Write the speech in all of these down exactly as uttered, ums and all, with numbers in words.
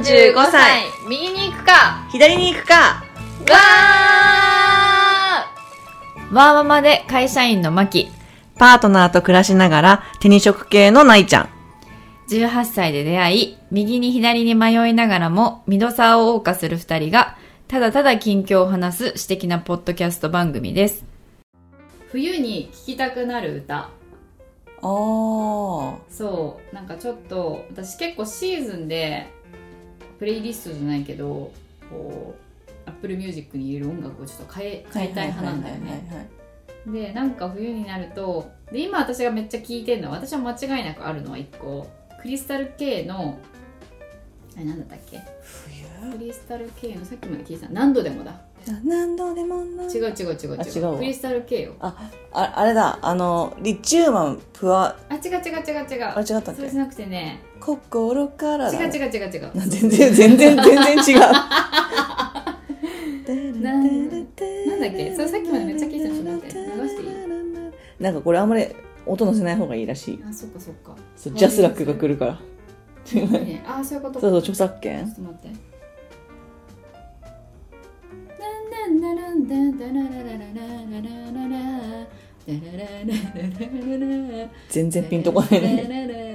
じゅうごさい、 右に行くか左に行くか。 わーわーママで会社員のマキ、 パートナーと暮らしながら手に職系のナイちゃん。 じゅうはっさいで出会い、右に左に迷いながらもミドサーを謳歌するふたりがただただ近況を話す私的なポッドキャスト番組です。冬に聴きたくなる歌。 あー、 そうなんかちょっと私結構シーズンでプレイリストじゃないけどこう Apple Music に入れる音楽をちょっと変え変えたい派なんだよね。でなんか冬になるとで今私がめっちゃ聴いてるのは、私は間違いなくあるのはいっこ、クリスタル K のあれなんだったっけ、 冬クリスタル K のさっきまで聞いてた何度でもだ。 何度でもな。 違う違う違う違う。 あ違うわ。 クリスタル K よ。 あ、あ、あれだ、あのリチウムプア。 あ、違う違う違う違う。 あれ違ったっけ。 それじゃなくてね、 心からだ。 違う違う違う違う。 全然全然全然違う。 な, なんだっけ、それさっきまでめっちゃ聞いてた。ちょっと待って、流していい？ なんかこれあんまり音乗せない方がいいらしい。 あ、そっかそっか。 そう、ジャスラックが来るから。 いいね。あ、そういうこと。 そうそう、著作権。 ちょっと待って。 全然ピンとこないね。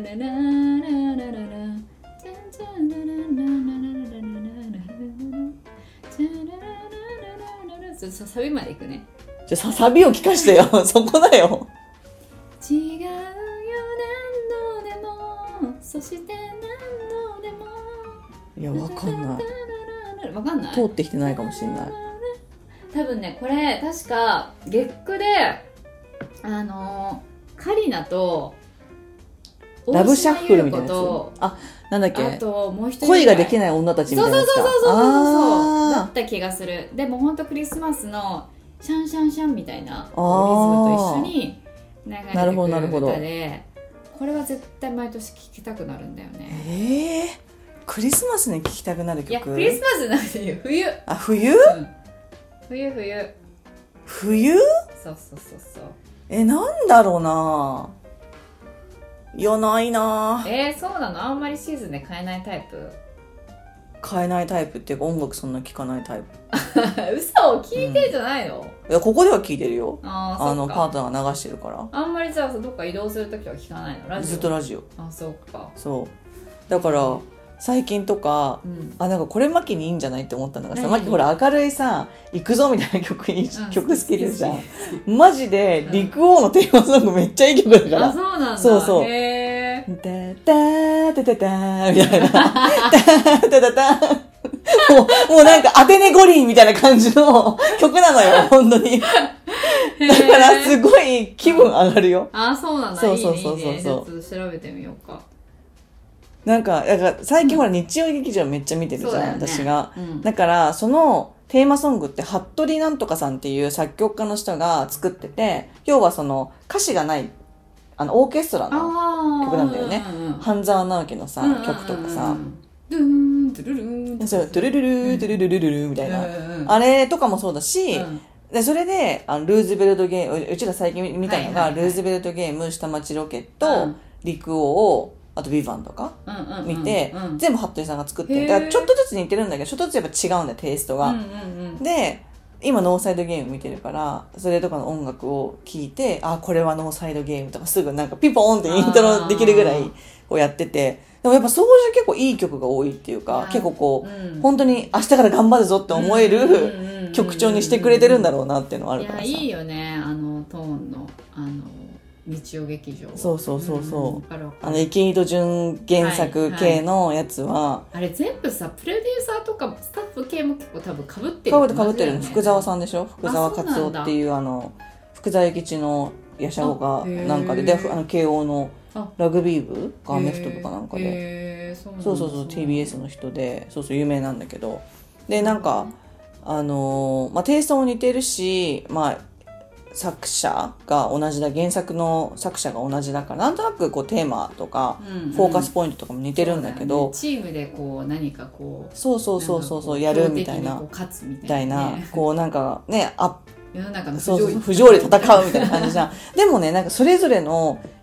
サビまでいくね。 じゃあサビを聞かしてよ。そこだよ。 違うよ何度でも、そして何度でも。 いや、わかんない。 わかんない。 通ってきてないかもしれない。 多分ね、これ確か月9であのー、カリナとラブシャッフルみたいなやつ。あ、なんだっけ、 あともう一人恋ができない女たちみたいなやつか。 そうそうそうそうそうそうだあった気がする。でもほんとクリスマスのシャンシャンシャンみたいなリズムあと一緒に流れてくなるほどなるるほど歌で、これは絶対毎年聴きたくなるんだよー、 ね。 えー、クリスマスに聴きたくなる曲。 いやクリスマスじゃなくて冬。 あ、冬、 うん、冬冬冬。 そうそうそうそう。 え、なんだろうな。いや、ないな。 えー、そうなの。あんまりシーズンで買えないタイプ？ 買えないタイプっていうか、音楽そんな聴かないタイプ。 嘘を聞いてんじゃないの？ うん、いや、ここでは聴いてるよ。 ああのパートナーが流してるから。 あんまりじゃあどっか移動するときは聞かないの？ラジオ？ ずっとラジオ。 あ、そうか。 そうだから最近とか、うん、あ、なんかこれマキにいいんじゃないって思ったのがさ、マキほら明るいさ、行くぞみたいな曲に、うん、曲好きですじゃん。マジで陸王のテーマソングめっちゃいい曲だから。 あ、そうなんだ。 そうそう。 へー。 タタタタタみたいな。タタタタもう、もうなんかアテネ五輪みたいな感じの曲なのよ、本当に。だからすごい気分上がるよ。 あ、そうなんだ。 そうそうそうそう。 いいね、いいね。ちょっと調べてみようか。 なんか、だから最近ほら日曜劇場めっちゃ見てるじゃん、ね、私が、 うん。 だからそのテーマソングって服部なんとかさんっていう作曲家の人が作ってて、要はその歌詞がないあのオーケストラの曲なんだよね。半沢直樹のさ、うんうんうん、曲とかさ、 ドゥーンドゥルルーン、 そうドゥルルルードゥルルルルルみたいな、うんうん、あれとかもそうだし、うん、でそれであのルーズベルトゲーム、うちら最近見たのが、はいはいはい、ルーズベルトゲーム、下町ロケット、うん、陸王を、あとビバンとか見て、うんうんうんうん、全部服部さんが作ってる。だからちょっとずつ似てるんだけど、ちょっとずつやっぱ違うんだよ、テイストが、うんうんうん、で今ノーサイドゲーム見てるから、それとかの音楽を聴いて、あ、これはノーサイドゲームとかすぐなんかピポーンってイントロできるぐらいこうやってて、でもやっぱそういう結構いい曲が多いっていうか、結構こう、うん、本当に明日から頑張るぞって思える曲調にしてくれてるんだろうなっていうのはあるからさ。 いや、いいよね、あのトーンのあの日曜劇場。 そうそうそうそう、うん、あの池井戸潤原作系のやつは、はいはい、 あれ全部さ、プロデューサーとかスタッフ系も結構多分被ってる、 ね、被ってるの福沢さんでしょ。福沢克夫っていうあの福沢諭吉のヤシャオがなんかで、であの慶応のラグビー部がアメフト部かなんかで、そうそうそう ティービーエス の人で、そうそう有名なんだけど、でなんかあのー、まあテイストも似てるし、まあ作者が同じだ、原作の作者が同じだから、なんとなくこうテーマとか、うんうん、フォーカスポイントとかも似てるんだけど、 ね、チームでこう何かこうそうそうそうそうそうやるみたいな、 勝つみたいな、みたいなこうなんかね、あ世の中の不条理戦うみたいな感じじゃん。でもね、なんかそれぞれの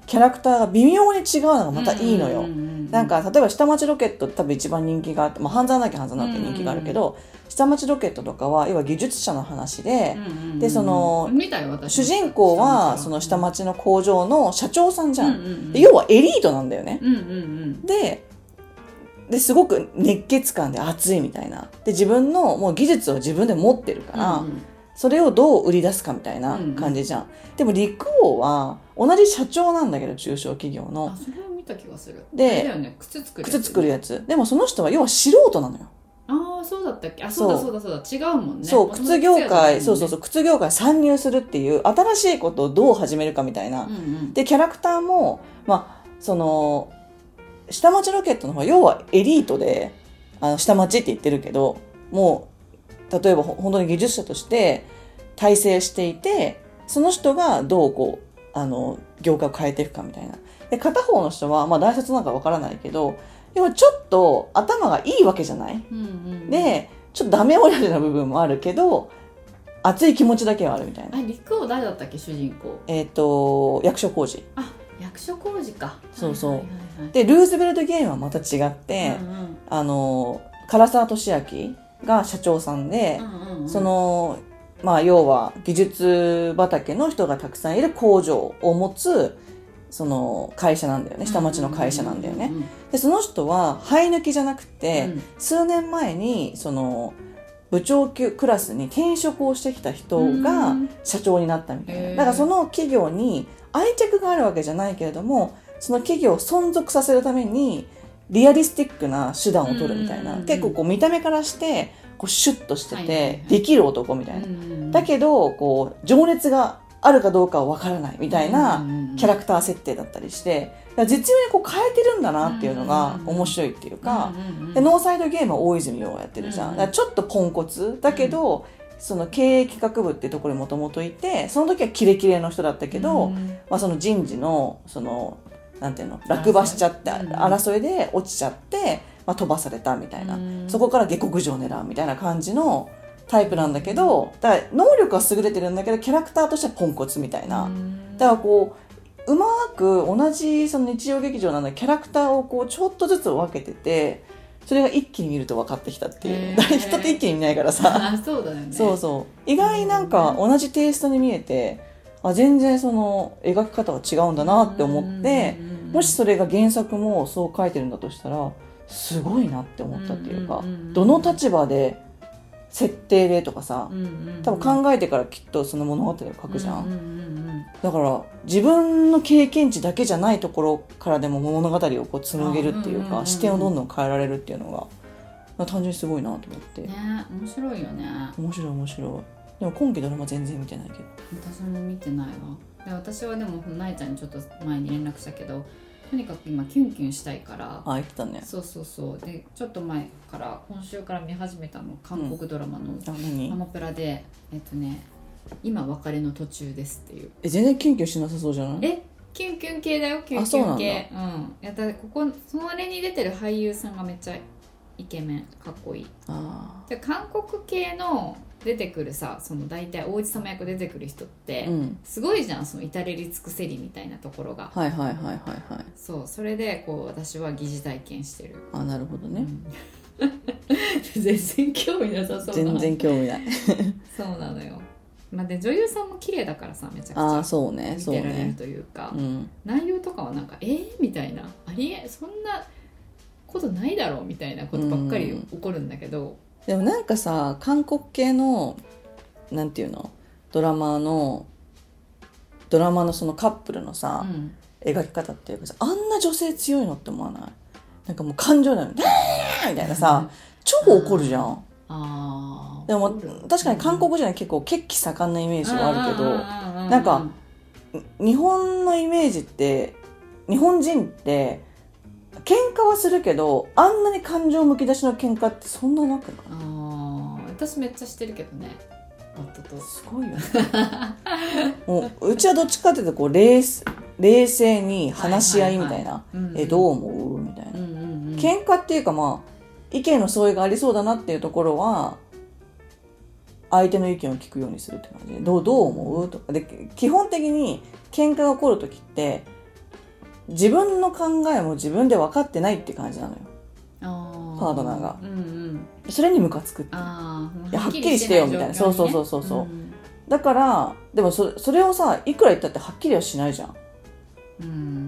キャラクターが微妙に違うのがまたいいのよ、 うんうんうんうん、 なんか例えば下町ロケットって多分一番人気があって、まあ、半沢直樹半沢直樹人気があるけど、うんうんうん、下町ロケットとかは要は技術者の話で、うんうんうん、でその主人公はその下町の工場の社長さんじゃん、うんうんうん、で要はエリートなんだよね、うんうんうん、でですごく熱血感で熱いみたいなで自分のもう技術を自分で持ってるから、うんうん、それをどう売り出すかみたいな感じじゃん、うんうん、でも陸王は同じ社長なんだけど中小企業のあそれを見た気がするで、 あれだよね、靴作るやつ、 靴作るやつでもその人は要は素人なのよ。 ああそうだったっけ。あそうだそうだそうだ違うもんね。 そう靴業界、ね、そうそうそう靴業界参入するっていう新しいことをどう始めるかみたいな、うんうん、でキャラクターもまあその下町ロケットの方は要はエリートであの下町って言ってるけどもう例えば本当に技術者として大成していてその人がどうこうあの業界を変えていくかみたいなで片方の人はまあ大卒なんかわからないけどでもちょっと頭がいいわけじゃない、うんうん、でちょっとダメ親父な部分もあるけど熱い気持ちだけはあるみたいな。 あ陸王誰だったっけ主人公。 えっ、ー、と役所広司。 あ役所広司か。 そうそう、はいはいはい、でルーズベルトゲームはまた違って、うんうん、あの唐沢寿明が社長さんで、うんうんうん、そのまあ要は技術畑の人がたくさんいる工場を持つその会社なんだよね。下町の会社なんだよね。でその人は生え抜きじゃなくて、うん、数年前にその部長級クラスに転職をしてきた人が社長になったみたいな。だからその企業に愛着があるわけじゃないけれどもその企業を存続させるためにリアリスティックな手段を取るみたいな、結構こう見た目からしてこうシュッとしててできる男みたいな、だけどこう情熱があるかどうかは分からないみたいなキャラクター設定だったりして絶妙にこう変えてるんだなっていうのが面白いっていうか、でノーサイドゲームは大泉洋がやってるじゃん。だからちょっとポンコツだけどその経営企画部っていうところにもともといてその時はキレキレの人だったけど、まあ、その人事のそのなんていうの落馬しちゃって争いで落ちちゃって、まあ、飛ばされたみたいな、そこから下克上を狙うみたいな感じのタイプなんだけど、だから能力は優れてるんだけどキャラクターとしてはポンコツみたいな、だからこううまく同じその日曜劇場なんだけどキャラクターをこうちょっとずつ分けててそれが一気に見ると分かってきたっていう。誰人って一気に見ないからさ。 あそうだよね。 そうそう意外になんか同じテイストに見えてあ全然その描き方が違うんだなって思って、もしそれが原作もそう書いてるんだとしたらすごいなって思ったっていうか、どの立場で設定でとかさ、多分考えてからきっとその物語を書くじゃん。だから自分の経験値だけじゃないところからでも物語をこう紡げるっていうか、視点をどんどん変えられるっていうのが単純にすごいなと思って。 ね面白いよね。 面白い面白い。でも今期ドラマ全然見てないけど。 私も見てないわ。で私はでもなえちゃんにちょっと前に連絡したけどとにかく今キュンキュンしたいから。 あ言ってたね。 そうそうそうでちょっと前から今週から見始めたの韓国ドラマの、うん、アマプラでえっとね今別れの途中ですっていう。 え全然キュンキュンしなさそうじゃない？ えキュンキュン系だよキュンキュン系。うん。やったここそれに出てる俳優さんがめっちゃイケメンかっこいい。あで韓国系の出てくるさその大体王子様役出てくる人って、うん、すごいじゃんその至れり尽くせりみたいなところが。 はいはいはいはいはい。 そうそれでこう私は疑似体験してる。 あなるほどね。 うん、全然興味なさそうな。 全然興味ない。 そうなのよ。まあ、で女優さんも綺麗だからさめちゃくちゃあそうね見てられるというか、 そうね、うん、 内容とかはなんかえー、みたいなありえそんなことないだろうみたいなことばっかり起こるんだけど、うん、 でもなんかさ韓国系のなんていうのドラマのドラマのそのカップルのさ、うん、描き方っていうかさあんな女性強いのって思わない？なんかもう感情なのみたいなさ超怒るじゃん。あでも確かに韓国人は結構血気盛んなイメージはあるけどなんか日本のイメージって日本人って喧嘩はするけどあんなに感情むき出しの喧嘩ってそんななくない？ あ私めっちゃしてるけどね夫と。 すごいよねもううちはどっちかっていうとこう 冷, 冷静に話し合いみたいな、はいはいはい、えどう思うみたいな、うんうんうん、喧嘩っていうかまあ意見の相違がありそうだなっていうところは相手の意見を聞くようにするって感じでどう、どう思うとかで基本的に喧嘩が起こるときって自分の考えも自分で分かってないって感じなのよ、 あパートナーが、 うんうん、 それにムカつくって、 あいやはっきりしてよみたいな、そうそうそうそうそう、 うん、 だからでも そ, それをさいくら言ったってはっきりはしないじゃん、 うん、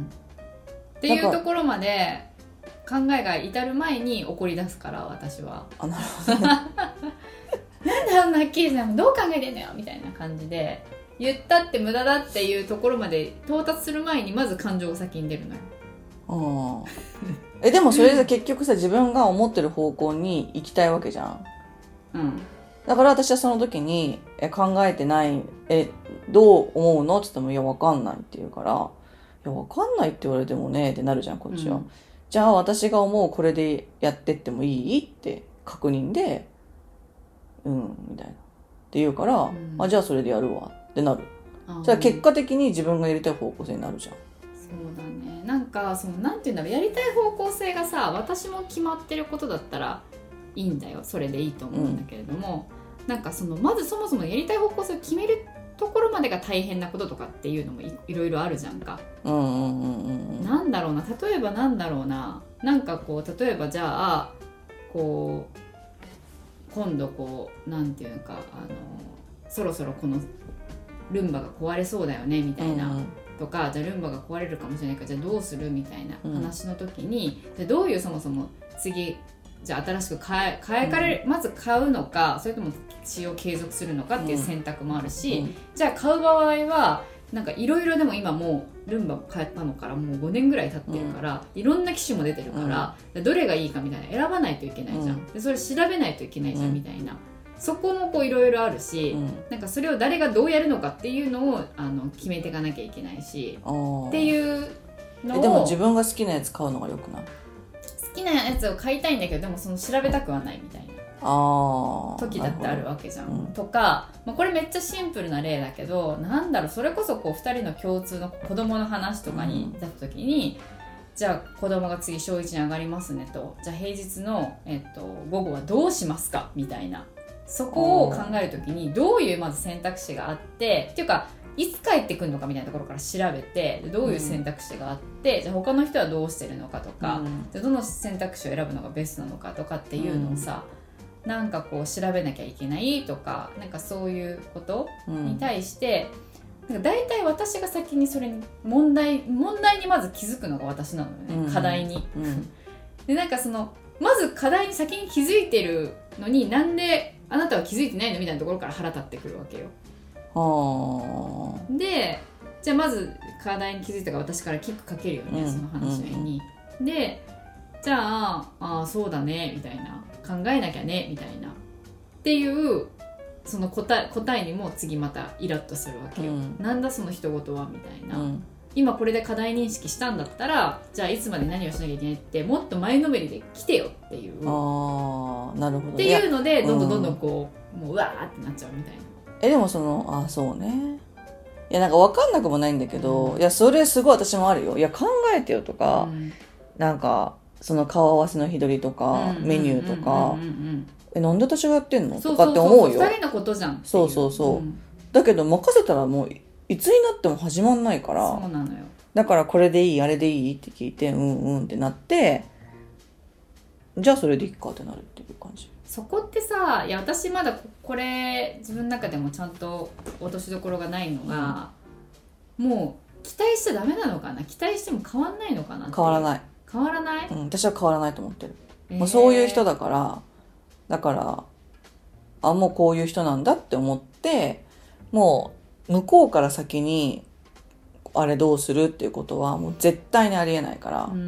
っていうところまで考えが至る前に怒り出すから私は。 あ、なるほどねなんであんなはっきりしないの、どう考えてんのよみたいな感じで、言ったって無駄だっていうところまで到達する前にまず感情が先に出るのよ。 あえでもそれで結局さ自分が思ってる方向に行きたいわけじゃん、 うん、 だから私はその時にえ考えてないえどう思うのって言ってもいやわかんないって言うから、いやわかんないって言われてもねってなるじゃんこっちは、うん、じゃあ私が思うこれでやってってもいいって確認でうんみたいなって言うから、うん、あじゃあそれでやるわってなる。じゃあ結果的に自分がやりたい方向性になるじゃん。 そうだね、なんかそのなんていうんだろう、やりたい方向性がさ私も決まってることだったらいいんだよ、それでいいと思うんだけれども、うん、なんかそのまずそもそもやりたい方向性を決めるところまでが大変なこととかっていうのも い, いろいろあるじゃんか、うんうんうんうん、なんだろうな、例えばなんだろうな、なんかこう例えばじゃあこう今度こうなんていうかあのそろそろこのルンバが壊れそうだよねみたいな、うんうんとか、じゃあルンバが壊れるかもしれないからじゃあどうするみたいな話の時に、うん、じゃあどういうそもそも次じゃあ新しく買い替えかれ、うん、まず買うのかそれとも使用継続するのかっていう選択もあるし、うん、じゃあ買う場合はなんかいろいろでも今もうルンバ買ったのからもうごねんぐらい経ってるから、うん、いろんな機種も出てるから、うん、どれがいいかみたいな選ばないといけないじゃん、うん、でそれ調べないといけないじゃん、うん、みたいな、そこもこういろいろあるし、うん、なんかそれを誰がどうやるのかっていうのをあの決めていかなきゃいけないしっていうのを。 でも自分が好きなやつ買うのがよくない？ 好きなやつを買いたいんだけどでもその調べたくはないみたいな時だってあるわけじゃん、うん、とか、まあ、これめっちゃシンプルな例だけどなんだろう、それこそこうふたりの共通の子供の話とかに出た時に、うん、じゃあ子供が次小いちに上がりますねと、じゃあ平日の、えっと、午後はどうしますかみたいな、そこを考えるときにどういうまず選択肢があってっていうかいつ帰ってくるのかみたいなところから調べてどういう選択肢があって、うん、じゃあ他の人はどうしてるのかとか、うん、じゃあどの選択肢を選ぶのがベストなのかとかっていうのをさ、うん、なんかこう調べなきゃいけないとかなんかそういうことに対して、うん、なんか大体私が先にそれに問題問題にまず気づくのが私なのよね、うん、課題に、うん、でなんかそのまず課題に先に気づいてるのになんであなたは気づいてないのみたいなところから腹立ってくるわけよ。はでじゃあまず課題に気づいたから私からキックかけるよね、うん、その話し合いに、うん、でじゃああそうだねみたいな考えなきゃねみたいなっていうその答え、答えにも次またイラッとするわけよ、うん、なんだその人事はみたいな、うん、今これで課題認識したんだったらじゃあいつまで何をしなきゃいけないってもっと前のめりで来てよっていう、 あなるほどっていうのでどんどんどんどんこう、うん、もううわーってなっちゃうみたいな。 えでもそのあそうね、いやなんか分かんなくもないんだけど、うん、いやそれすごい私もあるよ、いや考えてよとか、うん、なんかその顔合わせの日取りとか、うん、メニューとか、えなんで私がやってんのとかって思うよ。 ふたりのことじゃん。 そうそうそう、うん、だけど任せたらもういつになっても始まんないから、 そうなのよ。 だからこれでいいあれでいいって聞いてうんうんってなってじゃあそれでいいかってなるっていう感じ。 そこってさ、いや私まだこれ自分の中でもちゃんと落としどころがないのが、うん、もう期待しちゃダメなのかな、期待しても変わんないのかなって。 変わらない変わらない、 うん、私は変わらないと思ってる、えー、もうそういう人だからだからあもうこういう人なんだって思ってもう向こうから先にあれどうするっていうことはもう絶対にありえないから、うん、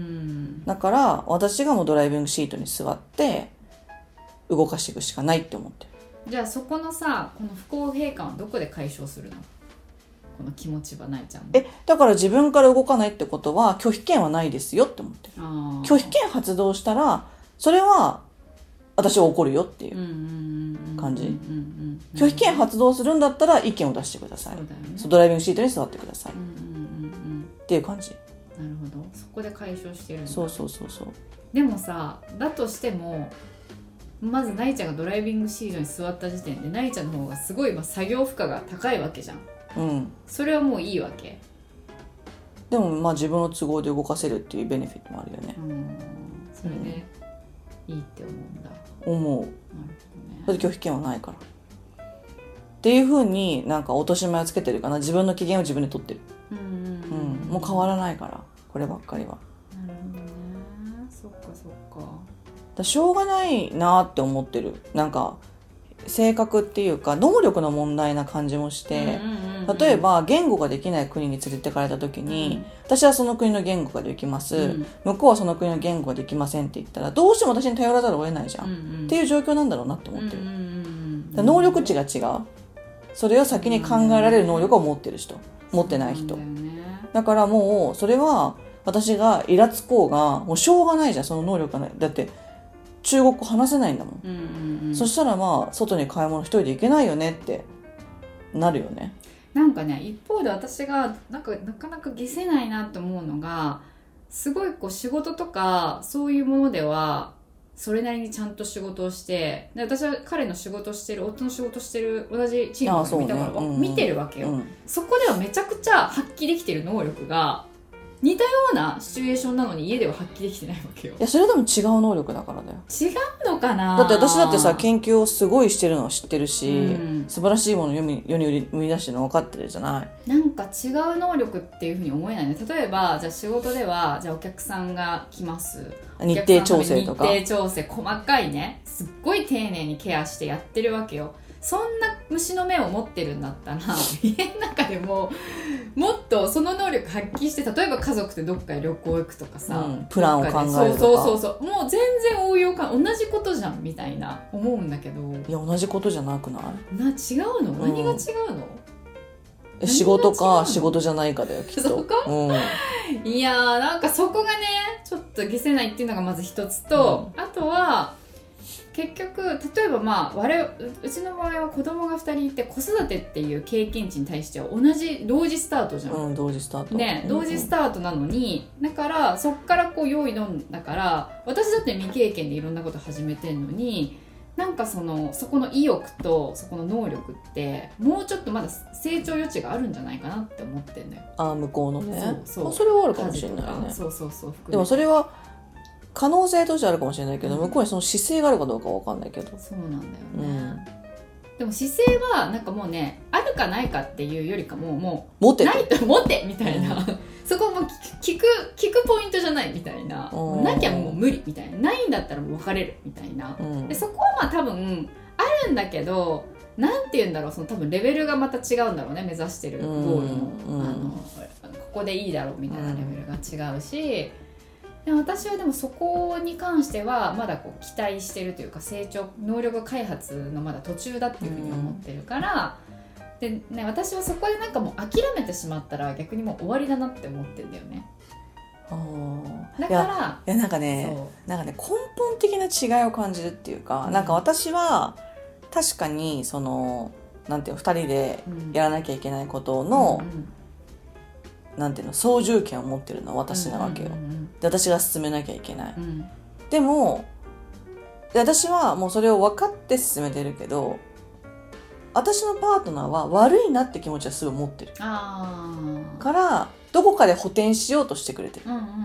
だから私がもうドライビングシートに座って動かしていくしかないって思ってる。 じゃあそこのさこの不公平感はどこで解消するの？この気持ちはないちゃんえだから自分から動かないってことは拒否権はないですよって思ってる。拒否権発動したらそれは私は怒るよっていう感じ。拒否権発動するんだったら意見を出してください。そうだよね、そうドライビングシートに座ってください、うんうんうんうん、っていう感じ。 なるほど、そこで解消してるんだ。 そうそうそうそう。 でもさだとしてもまずナイちゃんがドライビングシートに座った時点でナイちゃんの方がすごい今作業負荷が高いわけじゃん、うん、それはもういいわけ？ でもまあ自分の都合で動かせるっていうベネフィットもあるよね。 うん、それでいいって思うんだ。 思う。 なるほどね。 だって拒否権はないからっていう風になんか落とし前をつけてるかな。自分の機嫌を自分で取ってる。 うんうんうん、 うん、もう変わらないからこればっかりは。 なるほどね。そっかそっか。 だしょうがないなって思ってる。なんか性格っていうか能力の問題な感じもして、うんうんうん、例えば言語ができない国に連れてかれた時に、うん、私はその国の言語ができます、うん、向こうはその国の言語ができませんって言ったらどうしても私に頼らざるを得ないじゃん、うんうん、っていう状況なんだろうなって思ってる、うんうんうん、だ能力値が違う。それを先に考えられる能力を持ってる人、持ってない人、だよね。だからもうそれは私がイラつこうがもうしょうがないじゃん。その能力がない。だって中国語話せないんだもん、うんうんうん、そしたらまあ外に買い物一人で行けないよねってなるよね。 なんかね、一方で私がなんかなかなか消せないなって思うのが、すごいこう仕事とかそういうものではそれなりにちゃんと仕事をして、で私は彼の仕事してる、夫の仕事してる同じチームを見たから、ね、うんうん、見てるわけよ、うん、そこではめちゃくちゃ発揮できてる能力が似たようなシチュエーションなのに家では発揮できてないわけよ。 いやそれでも違う能力だからだよ。 違うのかな。 だって私だってさ研究をすごいしてるのは知ってるし、うん、素晴らしいものを世に生み出してるの分かってるじゃない。 なんか違う能力っていうふうに思えないね。例えばじゃあ仕事ではじゃあお客さんが来ます、 日程調整とか日程調整細かいね、すっごい丁寧にケアしてやってるわけよ。そんな虫の目を持ってるんだったら家の中でももっとその能力発揮して、例えば家族でどっかへ旅行行くとかさ、うん、 プランを考えるとか、 そうそうそうそう、もう全然応用か同じことじゃんみたいな思うんだけど。 いや同じことじゃなくない？ な違うの？何が違うの？ うん、仕事か仕事じゃないかだよきっと。 そこ？うん、いやーなんかそこがねちょっと消せないっていうのがまず一つと、うん、あとは結局例えばまあ我々うちの場合は子供がふたりいて子育てっていう経験値に対しては同じ同時スタートじゃん、 うん、同時スタートね、同時スタートなのに、うんうん、だからそっからこう用意どんだから私だって未経験でいろんなこと始めてんのに、なんかそのそこの意欲とそこの能力ってもうちょっとまだ成長余地があるんじゃないかなって思ってんだよ。 ああ向こうのね。 そうそう、 まあ、それはあるかもしれないね。 そうそうそう。 でもそれは可能性としてあるかもしれないけど、うん、向こうにその姿勢があるかどうかは分かんないけど。 そうなんだよね、うん、でも姿勢はなんかもうねあるかないかっていうよりかももう持てないと持てみたいな、うん、そこも聞く聞くポイントじゃないみたいな、なきゃもう無理みたいな、ないんだったらもう別れるみたいな、うん、でそこはまあ多分あるんだけど、なんて言うんだろう、その多分レベルがまた違うんだろうね、目指してるゴールの、うん、あのここでいいだろうみたいなレベルが違うし、で私はでもそこに関してはまだこう期待してるというか、成長能力開発のまだ途中だっていうふうに思ってるから、うん、でね、私はそこでなんかもう諦めてしまったら逆にもう終わりだなって思ってるんだよね。だからいや、いやなんかねなんかね根本的な違いを感じるっていうか、うん、なんか私は確かにそのなんていうのふたりでやらなきゃいけないことの、うんうん、なんていうの操縦権を持ってるのは私なわけよ、うんうんうん、で私が進めなきゃいけない、うん、でもで私はもうそれを分かって進めてるけど、私のパートナーは悪いなって気持ちはすぐ持ってるあからどこかで補填しようとしてくれてる、うんうんうんうん、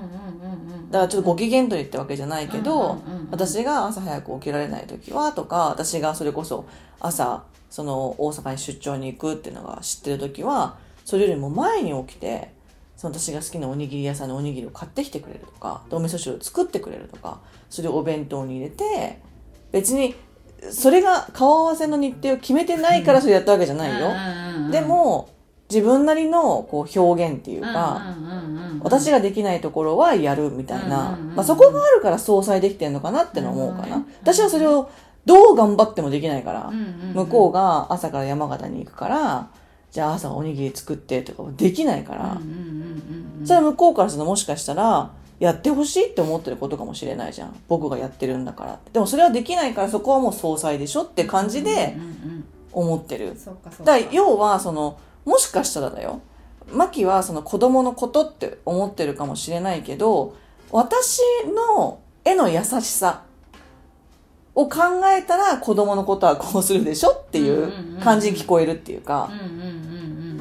だからちょっとご機嫌と言ってわけじゃないけど、うんうんうんうん、私が朝早く起きられない時はとか、私がそれこそ朝その大阪に出張に行くっていうのが知ってる時はそれよりも前に起きてその私が好きなおにぎり屋さんのおにぎりを買ってきてくれるとか、お味噌汁を作ってくれるとか、それをお弁当に入れて、別にそれが顔合わせの日程を決めてないからそれやったわけじゃないよ、うん、でも自分なりのこう表現っていうか、私ができないところはやるみたいな、まあ、そこがあるから相殺できてるのかなっての思うかな。私はそれをどう頑張ってもできないから、向こうが朝から山形に行くからじゃあ朝おにぎり作ってとかもできないから、それは向こうからするともしかしたらやってほしいって思ってることかもしれないじゃん、僕がやってるんだからって。でもそれはできないからそこはもう相殺でしょって感じで思ってる。だから要はそのもしかしたらだよ、マキはその子供のことって思ってるかもしれないけど、私の絵の優しさを考えたら子供のことはこうするでしょっていう感じに聞こえるっていうか、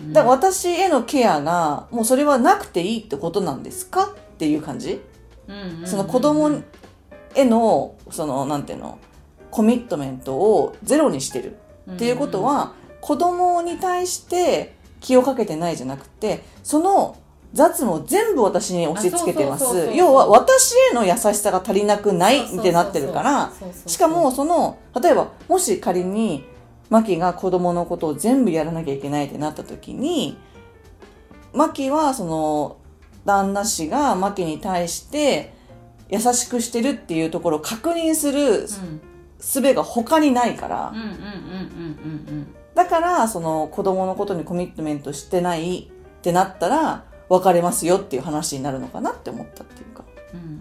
ん、 だから私へのケアがもうそれはなくていいってことなんですかっていう感じ、 うんうんうんうん、 その子供へのそのなんていうのコミットメントをゼロにしてるっていうことは、うんうん、子供に対して気をかけてないじゃなくて、その雑務を全部私に押し付けてます。要は私への優しさが足りなくないってなってるから、しかもその例えばもし仮にマキが子供のことを全部やらなきゃいけないってなった時に、マキはその旦那氏がマキに対して優しくしてるっていうところを確認する術が他にないから、だからその子供のことにコミットメントしてないってなったら別れますよっていう話になるのかなって思ったっていうか、 うんうんうん、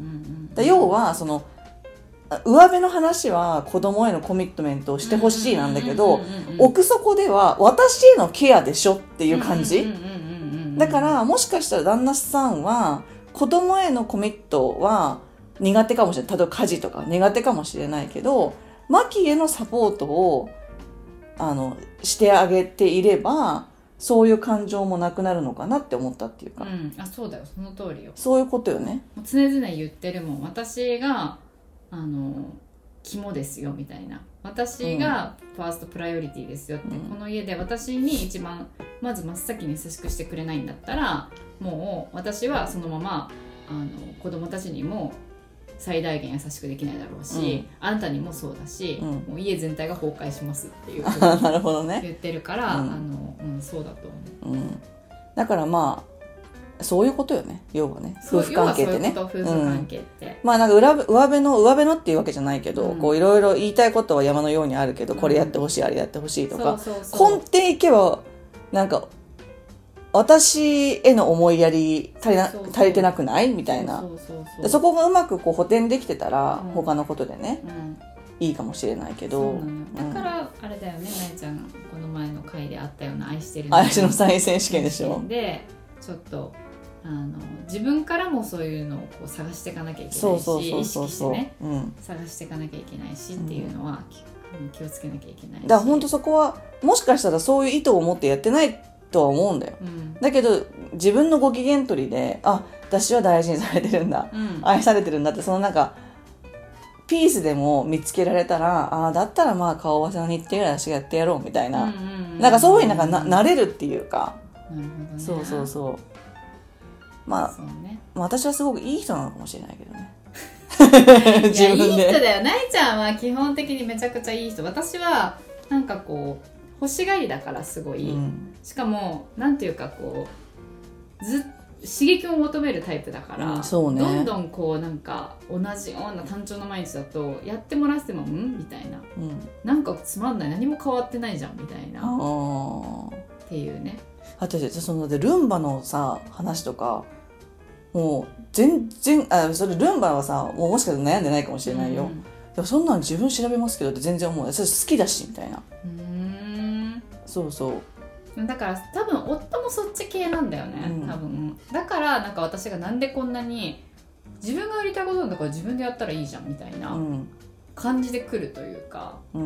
だ要はその上辺の話は子供へのコミットメントをしてほしいなんだけど、奥底では私へのケアでしょっていう感じだから、もしかしたら旦那さんは子供へのコミットは苦手かもしれない。例えば家事とか苦手かもしれないけど、マキへのサポートをあのしてあげていればそういう感情もなくなるのかなって思ったっていうか、 うん、あ、そうだよ、その通りよ。 そういうことよね。 もう常々言ってるもん、私があの肝ですよみたいな、私がファーストプライオリティですよって、うん、この家で私に一番まず真っ先に優しくしてくれないんだったら、もう私はそのままあの子供たちにも最大限優しくできないだろうし、うん、あんたにもそうだし、うん、もう家全体が崩壊しますっていうなるほどね、 言ってるから、うん、あのうん、そうだと思う、 うん、だからまあそういうことよね、要はね、夫婦関係ってね、 夫婦関係って、うん、 まあなんか裏上辺の上辺のっていうわけじゃないけど、うん、こういろいろ言いたいことは山のようにあるけど、これやってほしい、あれやってほしいとか、 そうそうそう、 根底いけばなんか私への思いやり足りな、そうそう足りてなくないみたいな、そうそうそう、そこがうまくこう補填できてたら、うん、他のことでね、うん、いいかもしれないけど、 そうなのよ、だからあれだよね、なえちゃんこの前の回であったような愛してる愛しの再選手権でしょ、 でちょっとあの自分からもそういうのをこう探していかなきゃいけないし、 そうそうそう意識してね、 うん、 探していかなきゃいけないしっていうのは、うん、気をつけなきゃいけないし、 だから本当そこはもしかしたらそういう意図を持ってやってないとは思うんだよ、うん、だけど自分のご機嫌取りで、あ、私は大事にされてるんだ、うん、愛されてるんだって、そのなんかピースでも見つけられたら、あ、だったらまあ顔合わせの日程ぐらい私がやってやろうみたいな、うんうんうん、なんかそういうふうになんか な, なれるっていうか、 なるほどね、 そうそうそう、まあ、 そうね、 まあ、私はすごくいい人なのかもしれないけどね自分でいや、いい人だよ、なえちゃんは基本的にめちゃくちゃいい人。私はなんかこう欲しがりだからすごい、うん、しかもなんていうかこうず刺激を求めるタイプだから、うん、そうね、どんどんこうなんか同じような単調な毎日だとやってもらってもんみたいな、うん、なんかつまんない、何も変わってないじゃんみたいなっていうね。 あとそのルンバのさ話とかもう全然、あ、それルンバはさもうもしかしたら悩んでないかもしれないよ、うん、でもそんなの自分調べますけどって全然思う、それ好きだしみたいな、 うーん、 そうそうだから多分夫もそっち系なんだよね、うん、多分だからなんか私がなんでこんなに自分がやりたいことなんだから自分でやったらいいじゃんみたいな感じで来るというか、うん、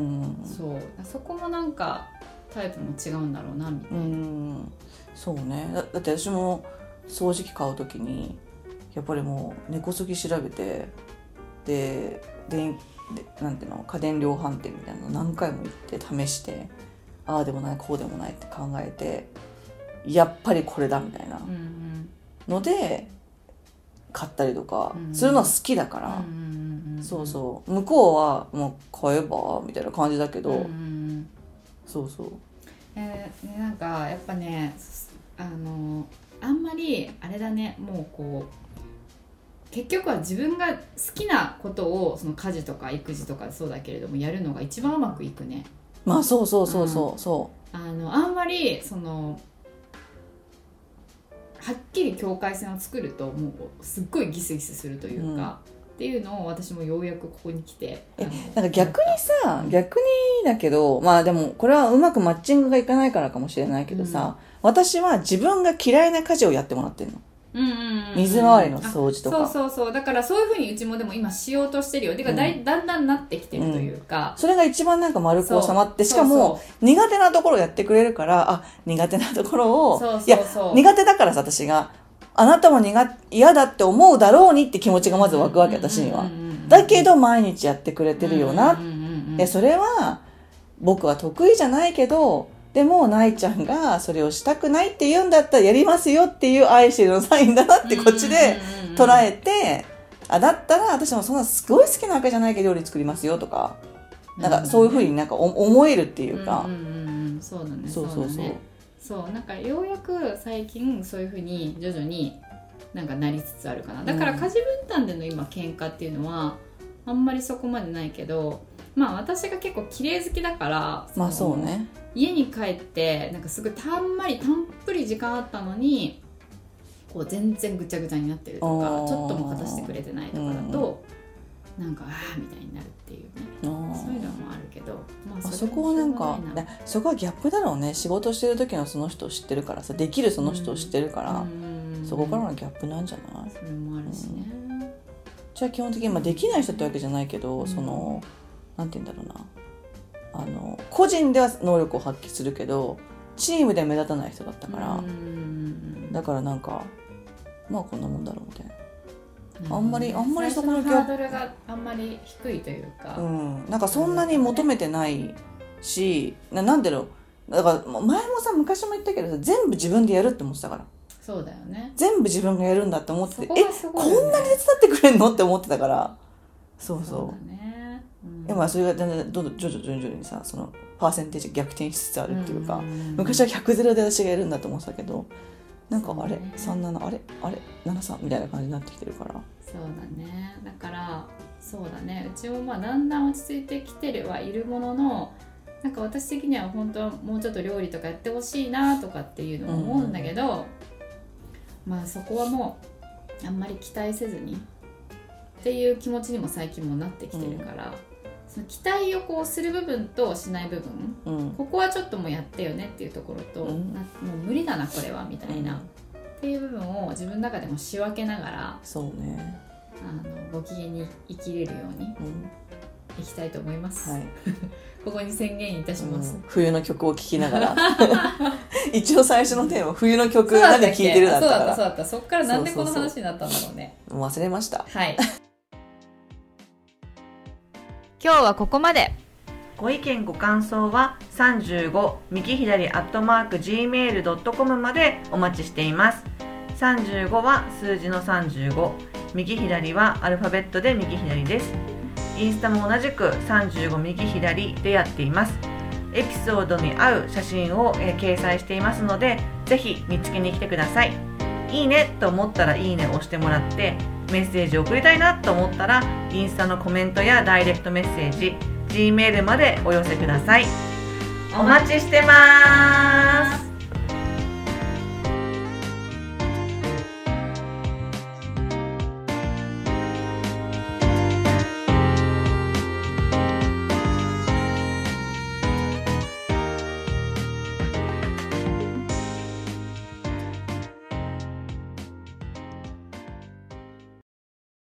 そうそこもなんかタイプも違うんだろうなみたいな、うん、 そうね、 だ, だって私も掃除機買うときにやっぱりもう根こそぎ調べて、ででなんていうの家電量販店みたいなの何回も行って試して、ああでもないこうでもないって考えて、やっぱりこれだみたいなので買ったりとかするのは好きだから、そうそう、向こうはもう買えばみたいな感じだけど、うんうん、そうそう、 えー、なんかやっぱね、あのあんまりあれだね、もうこう結局は自分が好きなことをその家事とか育児とかそうだけれどもやるのが一番うまくいくね。 まあそうそうそうそう、うん、そうあのあんまりそのはっきり境界線を作るともうすっごいギスギスするというか、うん、っていうのを私もようやくここに来て、 えなんか逆にさ、逆にだけど、まあでもこれはうまくマッチングがいかないからかもしれないけどさ、うん、私は自分が嫌いな家事をやってもらってるの。 うんうんうんうん、 水回りの掃除とか。 そうそうそう。だからそういうふうにうちもでも今しようとしてるよ。てかだい、うん、だんだんなってきてるというか、 うん、それが一番なんか丸く収まって、しかも苦手なところをやってくれるから、あ、苦手なところを、 そうそうそう、 いや苦手だからさ、私があなたも苦嫌だって思うだろうにって気持ちがまず湧くわけ、私には。だけど毎日やってくれてるよな。でそれは僕は得意じゃないけど、でもないちゃんがそれをしたくないって言うんだったらやりますよっていう愛してるのサインだなってこっちで捉えて、あ、だったら私もそんなすごい好きなわけじゃないけど料理作りますよとか、なんかそういうふうになんか思えるっていうか、 うんうんうん、そうだね、 そうそうそう、 そう、なんかようやく最近そういうふうに徐々になんかなりつつあるかな。だから家事分担での今喧嘩っていうのはあんまりそこまでないけど、まあ私が結構綺麗好きだから、 まあそうね、 家に帰ってなんかすごいたんまりたんぷり時間あったのにこう全然ぐちゃぐちゃになってるとか、ちょっとも片してくれてないとかだと、うん、なんかああみたいになるっていうね、そういうのもあるけど、まあ、 そ, あそこはなんかそこはギャップだろうね。仕事してる時のその人を知ってるからさ、できるその人を知ってるから、うん、そこからのギャップなんじゃない？ それもあるしね、うん、 じゃあ基本的に、まあ、できない人ってわけじゃないけど、うん、そのなんて言うんだろうな、あの個人では能力を発揮するけどチームでは目立たない人だったから、うん、だからなんかまあこんなもんだろうみたいな、あんまりあんまりそこのハードルがあんまり低いというか、 うん、なんかそんなに求めてないし、な, なんだろう、だから前もさ昔も言ったけどさ、全部自分でやるって思ってたから。 そうだよね、 全部自分がやるんだって思ってて、 ね、 えこんなに手伝ってくれんのって思ってたから、そうそう、そうだね、うん、でもそれがだんだんどんどん徐々徐々にさ、そのパーセンテージが逆転しつつあるっていうか、うん、昔はひゃくゼロで私がやるんだと思ってたけど、なんかあれ、ね、さんじゅうなな、あれあれななじゅうさんみたいな感じになってきてるから。 そうだね、だからそうだね、うちもまあだんだん落ち着いてきてるはいるものの、なんか私的には本当はもうちょっと料理とかやってほしいなとかっていうのも思うんだけど、うん、まあそこはもうあんまり期待せずにっていう気持ちにも最近もなってきてるから、うん、その期待をこうする部分としない部分、うん、ここはちょっともうやってよねっていうところと、うん、なもう無理だなこれはみたいな、うん、っていう部分を自分の中でも仕分けながら、 そうね、 あのご機嫌に生きれるようにいきたいと思います、はい、ここに宣言いたします、うん、 冬の曲を聴きながら一応最初のテーマ冬の曲何で聴いてるだったから、 そうだったそうだった、そっからなんでこの話になったんだろうね、 そうそうそう、もう忘れました。 はい今日はここまで。 ご意見ご感想はさんじゅうご右左アットマーク ジーメールドットコム までお待ちしています。さんじゅうごは数字のさんじゅうご、右左はアルファベットで右左です。インスタも同じくさんじゅうご右左でやっています。エピソードに合う写真を、えー、掲載していますので、ぜひ見つけに来てください。いいねと思ったらいいねを押してもらって、メッセージを送りたいなと思ったらインスタのコメントやダイレクトメッセージ、 G メールまでお寄せください。お待ちしてます。